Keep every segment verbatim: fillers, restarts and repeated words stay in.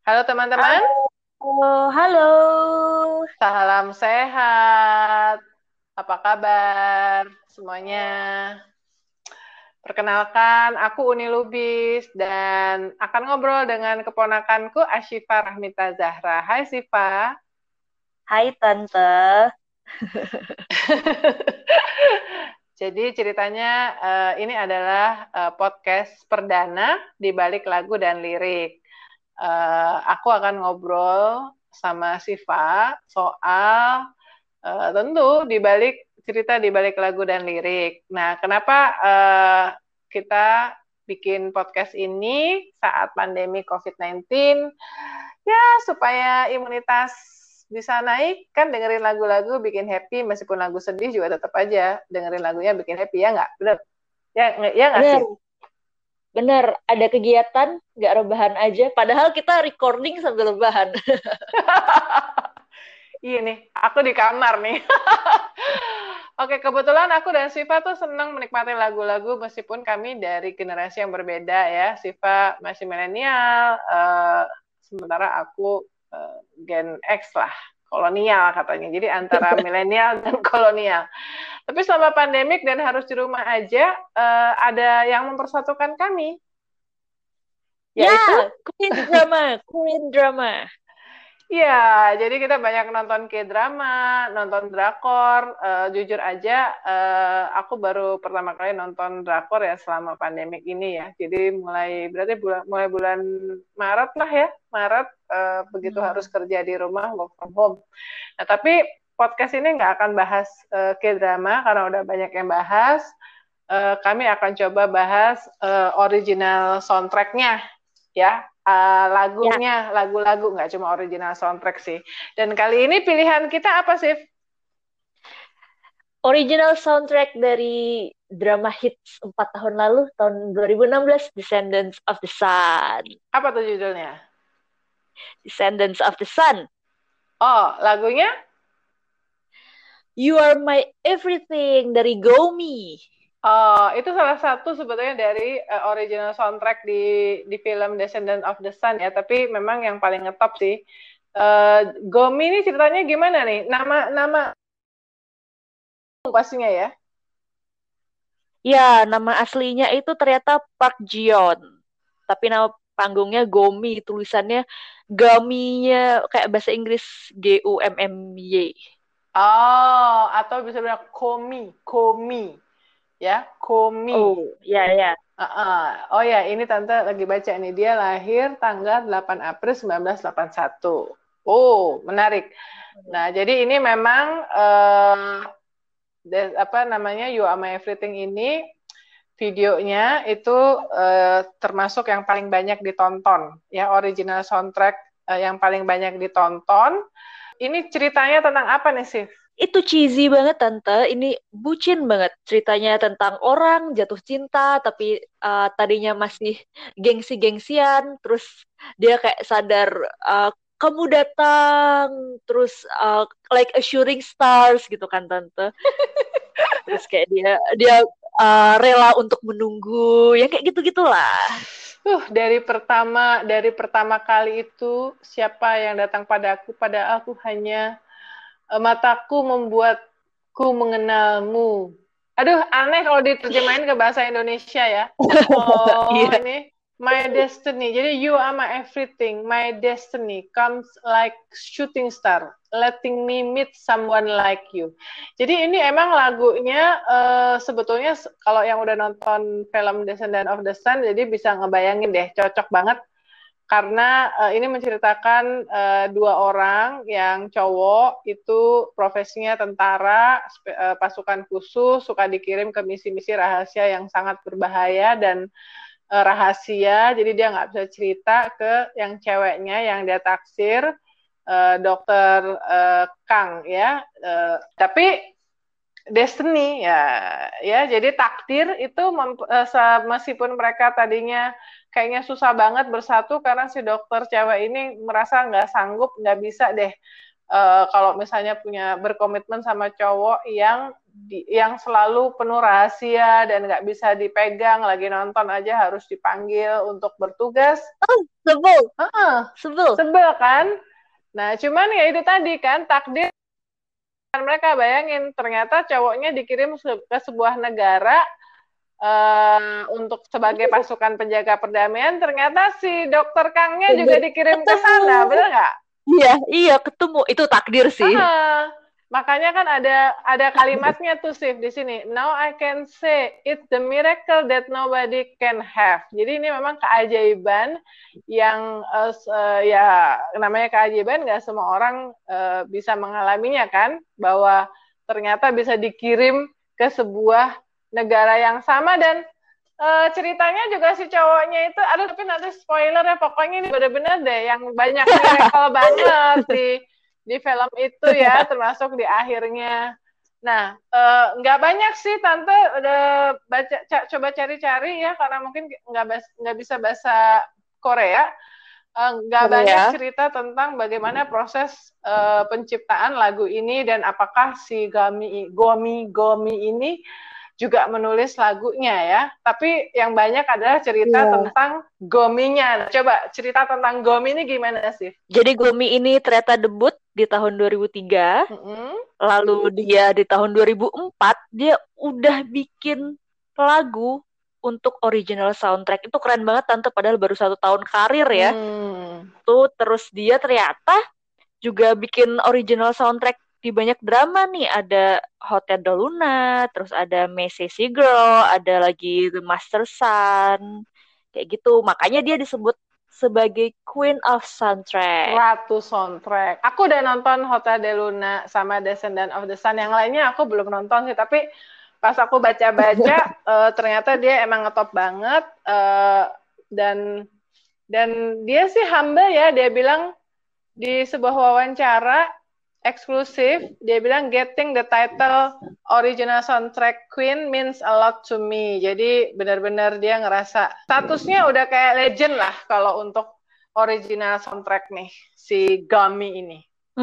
Halo teman-teman, Halo, halo. salam sehat. Apa kabar semuanya? Perkenalkan, aku Uni Lubis dan akan ngobrol dengan keponakanku Asyifa Rahmita Zahra. Hai Sifa. Hai Tante. Jadi ceritanya eh, ini adalah eh, podcast perdana di balik lagu dan lirik. Eh, aku akan ngobrol sama Siva soal eh, tentu di balik cerita di balik lagu dan lirik. Nah, kenapa eh, kita bikin podcast ini saat pandemi covid sembilan belas? Ya, supaya imunitas bisa naik, kan dengerin lagu-lagu bikin happy, meskipun lagu sedih juga tetap aja dengerin lagunya bikin happy, ya nggak? Bener? Ya, ya nggak sih? Bener, bener. Ada kegiatan, nggak rebahan aja. Padahal kita recording sambil rebahan. Iya nih, aku di kamar nih. Oke, kebetulan aku dan Siva tuh senang menikmati lagu-lagu meskipun kami dari generasi yang berbeda ya. Siva masih milenial, uh, sementara aku uh, Gen X lah, kolonial katanya. Jadi antara milenial dan kolonial. Tapi selama pandemik dan harus di rumah aja, uh, ada yang mempersatukan kami, yaitu Ya, Queen drama, Queen drama. iya, jadi kita banyak nonton K-drama, nonton drakor. Uh, jujur aja, uh, aku baru pertama kali nonton drakor ya selama pandemik ini ya. Jadi mulai berarti bulan mulai bulan Maret lah ya, Maret uh, begitu harus Hmm. kerja di rumah work from home. Nah, tapi podcast ini nggak akan bahas uh, K-drama karena udah banyak yang bahas. Uh, kami akan coba bahas uh, original soundtracknya ya, uh, Ya, lagunya, lagu-lagu, nggak cuma original soundtrack sih. Dan kali ini pilihan kita apa sih? original soundtrack dari drama hits empat tahun lalu, tahun dua ribu enam belas, Descendants of the Sun. Apa tuh judulnya? Descendants of the Sun. Oh, lagunya? You are my everything dari Gomi. Oh, itu salah satu sebetulnya dari uh, original soundtrack di di film Descendant of the Sun ya. Tapi memang yang paling ngetop sih. Uh, Gomi ini ceritanya gimana nih? Nama nama pastinya ya. Ya, nama aslinya itu ternyata Park Jion. Tapi nama panggungnya Gomi, tulisannya Gaminya kayak bahasa Inggris G U M M Y. Oh, atau bisa bilang Komi, Komi, ya, Komi. Oh, ya ya. Uh-uh. Oh ya, ini Tante lagi baca nih. Dia lahir tanggal delapan April seribu sembilan ratus delapan puluh satu. Oh, menarik. Nah, jadi ini memang uh, de- apa namanya You Are My Everything ini videonya itu uh, termasuk yang paling banyak ditonton, ya original soundtrack uh, yang paling banyak ditonton. Ini ceritanya tentang apa nih sih? Itu cheesy banget Tante. Ini bucin banget ceritanya tentang orang jatuh cinta tapi uh, tadinya masih gengsi-gengsian, terus dia kayak sadar uh, kamu datang, terus uh, like a shooting stars gitu kan Tante. Terus kayak dia dia uh, rela untuk menunggu, ya kayak gitu-gitulah. Uh, dari pertama dari pertama kali itu siapa yang datang padaku? Pada aku hanya uh, mataku membuatku mengenalmu. Aduh, aneh kalau diterjemahin ke bahasa Indonesia ya. Oh, Iya. ini my destiny. Jadi you are my everything. My destiny comes like shooting star, letting me meet someone like you. Jadi ini emang lagunya uh, sebetulnya kalau yang udah nonton film Descendant of the Sun, jadi bisa ngebayangin deh, cocok banget karena uh, ini menceritakan uh, dua orang yang cowok itu profesinya tentara, uh, pasukan khusus, suka dikirim ke misi-misi rahasia yang sangat berbahaya dan uh, rahasia, jadi dia nggak bisa cerita ke yang ceweknya yang dia taksir, uh, dokter uh, Kang ya, uh, tapi destiny ya, ya jadi takdir itu meskipun mereka tadinya kayaknya susah banget bersatu karena si dokter cewek ini merasa nggak sanggup, nggak bisa deh uh, kalau misalnya punya berkomitmen sama cowok yang di, yang selalu penuh rahasia dan nggak bisa dipegang, lagi nonton aja harus dipanggil untuk bertugas. Oh, sebel. Uh-uh, sebel. Sebel kan? Nah, cuman ya itu tadi kan, takdir mereka. Bayangin, ternyata cowoknya dikirim ke sebuah negara Uh, untuk sebagai pasukan penjaga perdamaian, ternyata si dokter Kangnya juga dikirim ke sana, benar nggak? Iya, iya ketemu. Itu takdir sih. Uh, makanya kan ada ada kalimatnya tuh Sif di sini. Now I can say it's the miracle that nobody can have. Jadi ini memang keajaiban yang uh, uh, ya namanya keajaiban, nggak semua orang uh, bisa mengalaminya kan, bahwa ternyata bisa dikirim ke sebuah negara yang sama. Dan uh, ceritanya juga si cowoknya itu, aduh tapi nanti spoiler ya, pokoknya ini bener-bener deh yang banyak miracle banget di di film itu ya, termasuk di akhirnya. Nah, nggak uh, banyak sih Tante udah baca, ca- coba cari-cari ya, karena mungkin nggak nggak bisa bahasa Korea. Nggak uh, banyak cerita tentang bagaimana proses uh, penciptaan lagu ini dan apakah si Gami Gomi Gomi ini juga menulis lagunya ya. Tapi yang banyak adalah cerita yeah. tentang Gominya. Coba cerita tentang Gomi ini gimana sih? Jadi Gomi ini ternyata debut di tahun dua ribu tiga. Mm-hmm. Lalu dia di tahun dua ribu empat dia udah bikin lagu untuk original soundtrack. Itu keren banget Tante, padahal baru satu tahun karir ya. Hmm. Tuh terus dia ternyata juga bikin original soundtrack di banyak drama nih, ada Hotel de Luna, terus ada Messy Girl, ada lagi The Master Sun, kayak gitu. Makanya dia disebut sebagai Queen of Soundtrack. Ratu soundtrack. Aku udah nonton Hotel de Luna sama Descendant of the Sun. Yang lainnya aku belum nonton sih, tapi pas aku baca-baca uh, ternyata dia emang ngetop banget, uh, dan dan dia sih humble ya. Dia bilang di sebuah wawancara eksklusif, dia bilang getting the title original soundtrack queen means a lot to me. Jadi benar-benar dia ngerasa statusnya udah kayak legend lah kalau untuk original soundtrack nih, si Gami ini.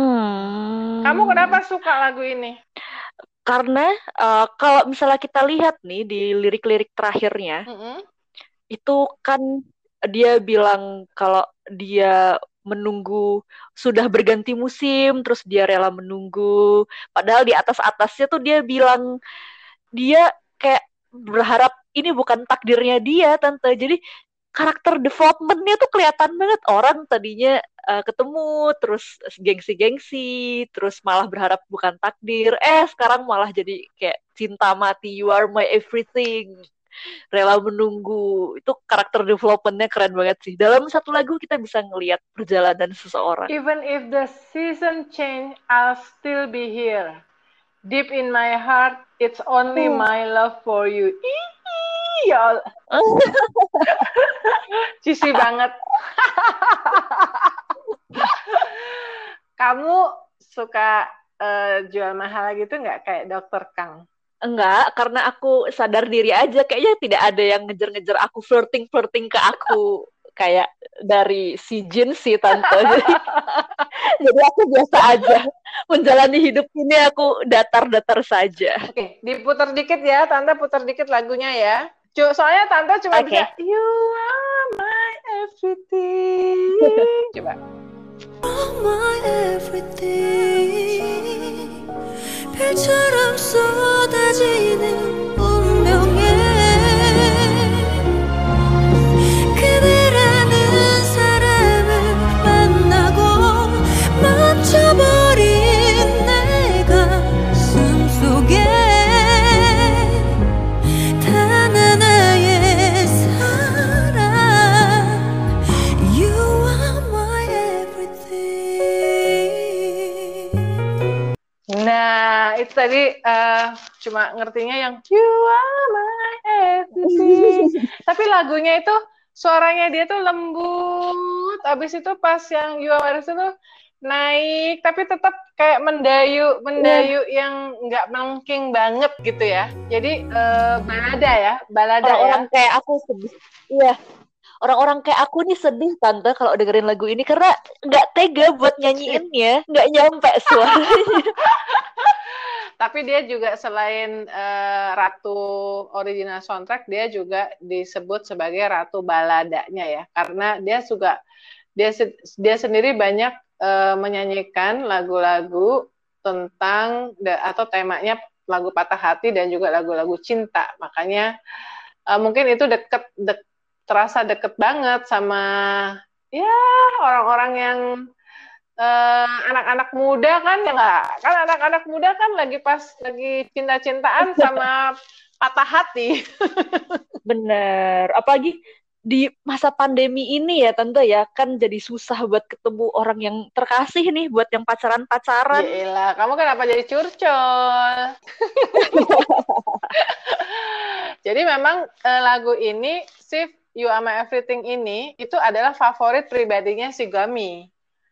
Hmm. Kamu kenapa suka lagu ini? Karena uh, kalau misalnya kita lihat nih di lirik-lirik terakhirnya, mm-hmm. itu kan dia bilang kalau dia menunggu sudah berganti musim, terus dia rela menunggu. Padahal di atas-atasnya tuh dia bilang dia kayak berharap ini bukan takdirnya dia, Tante. Jadi karakter development-nya tuh kelihatan banget. Orang tadinya uh, ketemu, terus gengsi-gengsi, terus malah berharap bukan takdir. Eh, sekarang malah jadi kayak cinta mati, you are my everything. Rela menunggu. Itu karakter development-nya keren banget sih. Dalam satu lagu kita bisa ngelihat perjalanan seseorang. Even if the season change, I'll still be here. Deep in my heart, it's only oh. my love for you. Ih, ya Cici banget. Kamu suka uh, jual mahal gitu nggak kayak dokter Kang? Enggak, karena aku sadar diri aja, kayaknya tidak ada yang ngejar-ngejar aku, flirting-flirting ke aku kayak dari si Jin sih Tante. Jadi, jadi aku biasa aja menjalani hidup ini, aku datar-datar saja. Oke, diputar dikit ya, Tante putar dikit lagunya ya. Soalnya Tante cuma okay. bisa You are my everything. Coba. All my everything. 별처럼 쏟아지는 운명에 그대라는 사람을 만나고 멈춰버린 내 가슴 속에 단 하나의 사랑 You are my everything. Nah, itu tadi uh, cuma ngertinya yang You are my everything. Tapi lagunya itu suaranya dia tuh lembut. Abis itu pas yang You Are My Everything tuh naik, tapi tetap kayak mendayu, mendayu yeah. yang nggak melengking banget gitu ya. Jadi uh, balada ya, balada orang-orang ya. Kayak aku sedih. Iya. Orang-orang kayak aku nih sedih tante kalau dengerin lagu ini karena nggak tega buat nyanyiinnya, nggak nyampe suaranya. Tapi dia juga selain uh, ratu original soundtrack, dia juga disebut sebagai ratu baladanya ya, karena dia juga dia dia sendiri banyak uh, menyanyikan lagu-lagu tentang atau temanya lagu patah hati dan juga lagu-lagu cinta. Makanya uh, mungkin itu deket, dek, terasa deket banget sama ya orang-orang yang uh, anak-anak muda kan ya nggak? Kan anak-anak muda kan lagi pas lagi cinta-cintaan sama patah hati. Bener. Apalagi di masa pandemi ini ya tante ya, kan jadi susah buat ketemu orang yang terkasih nih, buat yang pacaran-pacaran. Yaelah, kamu kenapa jadi curcol? Jadi memang uh, lagu ini, Shift You Are My Everything ini, itu adalah favorit pribadinya si Gami.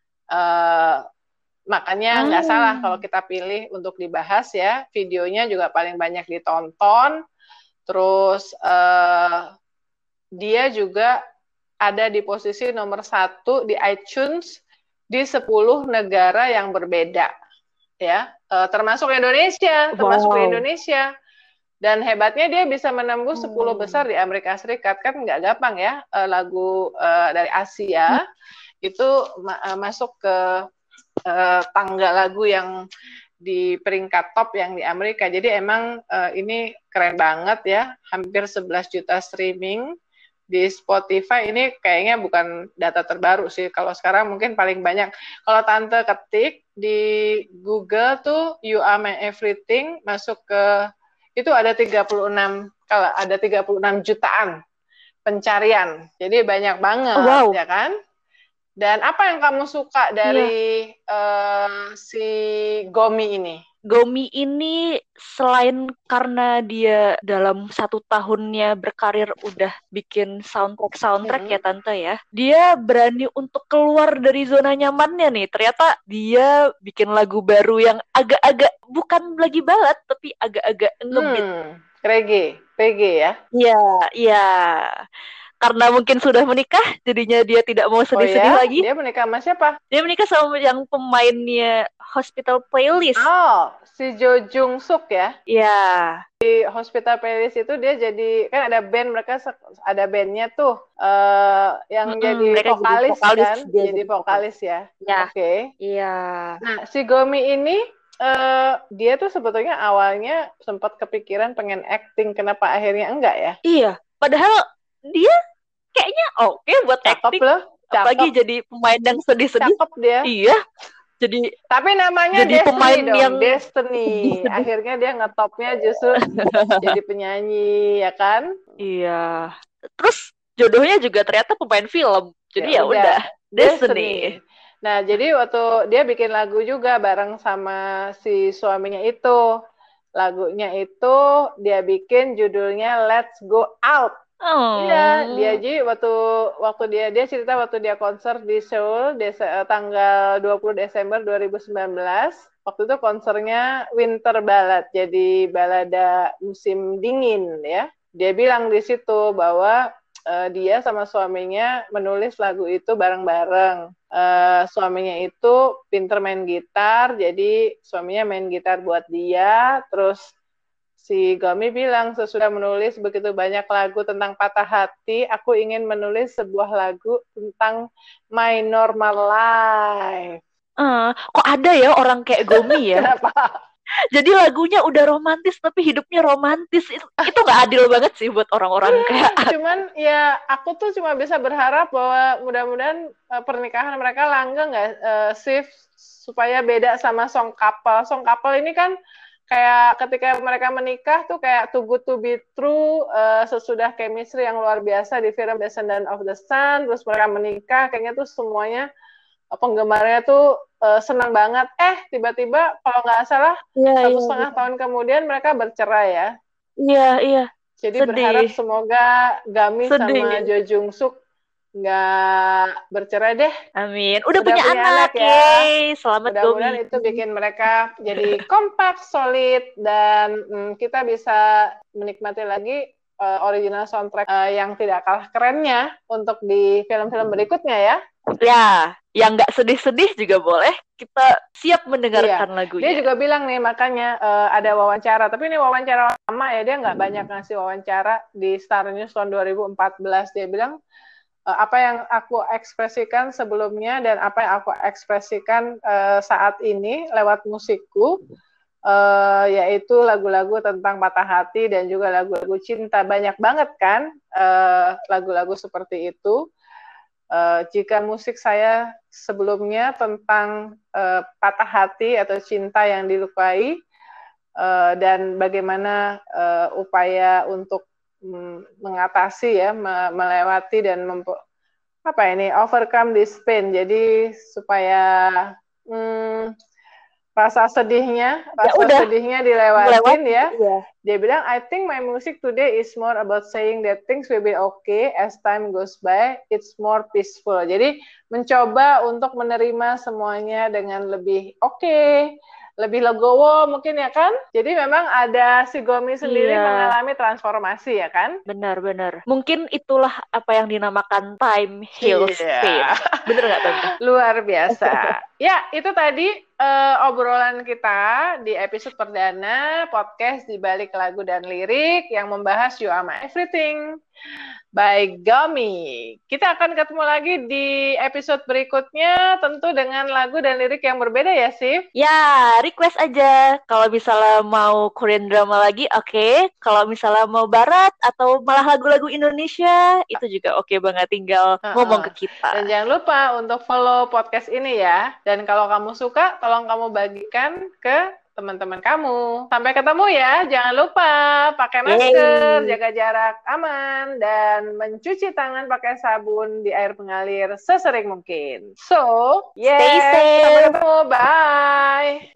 Uh, makanya nggak hmm. salah kalau kita pilih untuk dibahas ya. Videonya juga paling banyak ditonton. Terus uh, dia juga ada di posisi nomor satu di iTunes di sepuluh negara yang berbeda, ya, e, termasuk Indonesia, termasuk wow. di Indonesia. Dan hebatnya dia bisa menembus sepuluh hmm. besar di Amerika Serikat, kan nggak gampang ya, e, lagu e, dari Asia hmm. itu ma- masuk ke e, tangga lagu yang di peringkat top yang di Amerika. Jadi emang e, ini keren banget ya, hampir sebelas juta streaming. Di Spotify ini kayaknya bukan data terbaru sih. Kalau sekarang mungkin paling banyak. Kalau tante ketik di Google tuh You Are My Everything, masuk ke itu ada tiga puluh enam kalau ada tiga puluh enam jutaan pencarian. Jadi banyak banget, wow. ya kan? Dan apa yang kamu suka dari yeah. uh, si Gomi ini? Gomi ini selain karena dia dalam satu tahunnya berkarir udah bikin soundtrack-soundtrack mm-hmm. ya tante ya, dia berani untuk keluar dari zona nyamannya nih. Ternyata dia bikin lagu baru yang agak-agak bukan lagi balad tapi agak-agak ngebeat. Hmm, reggae, reggae ya? Iya, iya. Karena mungkin sudah menikah, jadinya dia tidak mau sedih-sedih oh, ya? lagi. Dia menikah sama siapa? Dia menikah sama yang pemainnya Hospital Playlist. Oh, si Jo Jung Suk ya? Iya. Di Hospital Playlist itu dia jadi, kan ada band, mereka ada bandnya tuh, uh, yang mm-hmm, jadi vokalis, vokalis kan? Jadi, jadi vokalis ya? Ya. Oke. Okay. Iya. Nah, si Gomi ini, uh, dia tuh sebetulnya awalnya sempat kepikiran pengen acting, kenapa akhirnya enggak ya? Iya, padahal dia kayaknya oke okay buat cakep acting. Loh, cakep. Apalagi jadi pemain yang sedih-sedih. Cakep dia. Iya. Jadi tapi namanya jadi Destiny pemain dong, yang Destiny. Akhirnya dia ngetopnya justru jadi penyanyi, ya kan? Iya. Terus jodohnya juga ternyata pemain film. Jadi ya, ya udah Destiny. Destiny. Nah, jadi waktu dia bikin lagu juga bareng sama si suaminya itu. Lagunya itu dia bikin judulnya Let's Go Out. Oh. Iya, dia jadi waktu waktu dia dia cerita waktu dia konser di Seoul desa, tanggal dua puluh Desember dua ribu sembilan belas. Waktu itu konsernya Winter Ballad, jadi balada musim dingin ya. Dia bilang di situ bahwa uh, dia sama suaminya menulis lagu itu bareng-bareng. Uh, suaminya itu pinter main gitar, jadi suaminya main gitar buat dia, terus si Gomi bilang, sesudah menulis begitu banyak lagu tentang patah hati, aku ingin menulis sebuah lagu tentang my normal life. Uh, kok ada ya orang kayak Gomi ya? Kenapa? Jadi lagunya udah romantis, tapi hidupnya romantis. Itu, itu gak adil banget sih buat orang-orang kayak aku. Cuman ya, aku tuh cuma bisa berharap bahwa mudah-mudahan uh, pernikahan mereka langgeng nggak, uh, shift, supaya beda sama song couple. Song couple ini kan kayak ketika mereka menikah tuh kayak Too Good To Be True, uh, sesudah chemistry yang luar biasa di film Descendant of the Sun, terus mereka menikah, kayaknya tuh semuanya uh, penggemarnya tuh uh, senang banget. Eh, tiba-tiba kalau nggak salah, ya, satu ya, setengah ya. tahun kemudian mereka bercerai ya. Iya, iya. Jadi Sedih. berharap semoga Gami Sedih. sama Jo Jung Suk nggak bercerai deh. Amin. Udah, Udah punya, punya anak, anak ya. Yeay. Selamat mudah-mudahan Gomi. Itu bikin mereka jadi kompak, solid, dan hmm, kita bisa menikmati lagi uh, original soundtrack uh, yang tidak kalah kerennya untuk di film-film berikutnya ya. Ya, yang nggak sedih-sedih juga boleh. Kita siap mendengarkan Iya. lagunya. Dia juga bilang nih, makanya uh, ada wawancara. Tapi ini wawancara lama ya, dia nggak banyak ngasih wawancara di Star News tahun dua ribu empat belas. Dia bilang, uh, apa yang aku ekspresikan sebelumnya dan apa yang aku ekspresikan uh, saat ini lewat musikku, uh, yaitu lagu-lagu tentang patah hati dan juga lagu-lagu cinta. Banyak banget kan uh, lagu-lagu seperti itu. Uh, jika musik saya sebelumnya tentang uh, patah hati atau cinta yang dilukai uh, dan bagaimana uh, upaya untuk mm, mengatasi ya, me- melewati dan mempo- apa ini overcome this pain. Jadi supaya mm, rasa sedihnya, rasa udah. sedihnya dilewatin Melewati, ya. iya. Dia bilang, I think my music today is more about saying that things will be okay as time goes by. It's more peaceful. Jadi mencoba untuk menerima semuanya dengan lebih oke, okay, lebih legowo mungkin ya kan. Jadi memang ada si Gomi sendiri Iya. mengalami transformasi ya kan. Benar-benar. Mungkin itulah apa yang dinamakan time heals Iya. pain. Bener nggak Tante? Luar biasa. Ya, itu tadi uh, obrolan kita di episode perdana podcast di balik lagu dan lirik yang membahas You Are My Everything by Gomi. Kita akan ketemu lagi di episode berikutnya tentu dengan lagu dan lirik yang berbeda ya, Sif? Ya, request aja. Kalau misalnya mau Korean drama lagi, oke. Okay. Kalau misalnya mau barat atau malah lagu-lagu Indonesia, itu juga oke okay banget. Tinggal uh-uh. ngomong ke kita. Dan jangan lupa untuk follow podcast ini ya. Dan kalau kamu suka, tolong kamu bagikan ke teman-teman kamu. Sampai ketemu ya. Jangan lupa pakai masker, Yay. jaga jarak aman, dan mencuci tangan pakai sabun di air mengalir sesering mungkin. So, yes, stay safe. Sampai ketemu. Bye.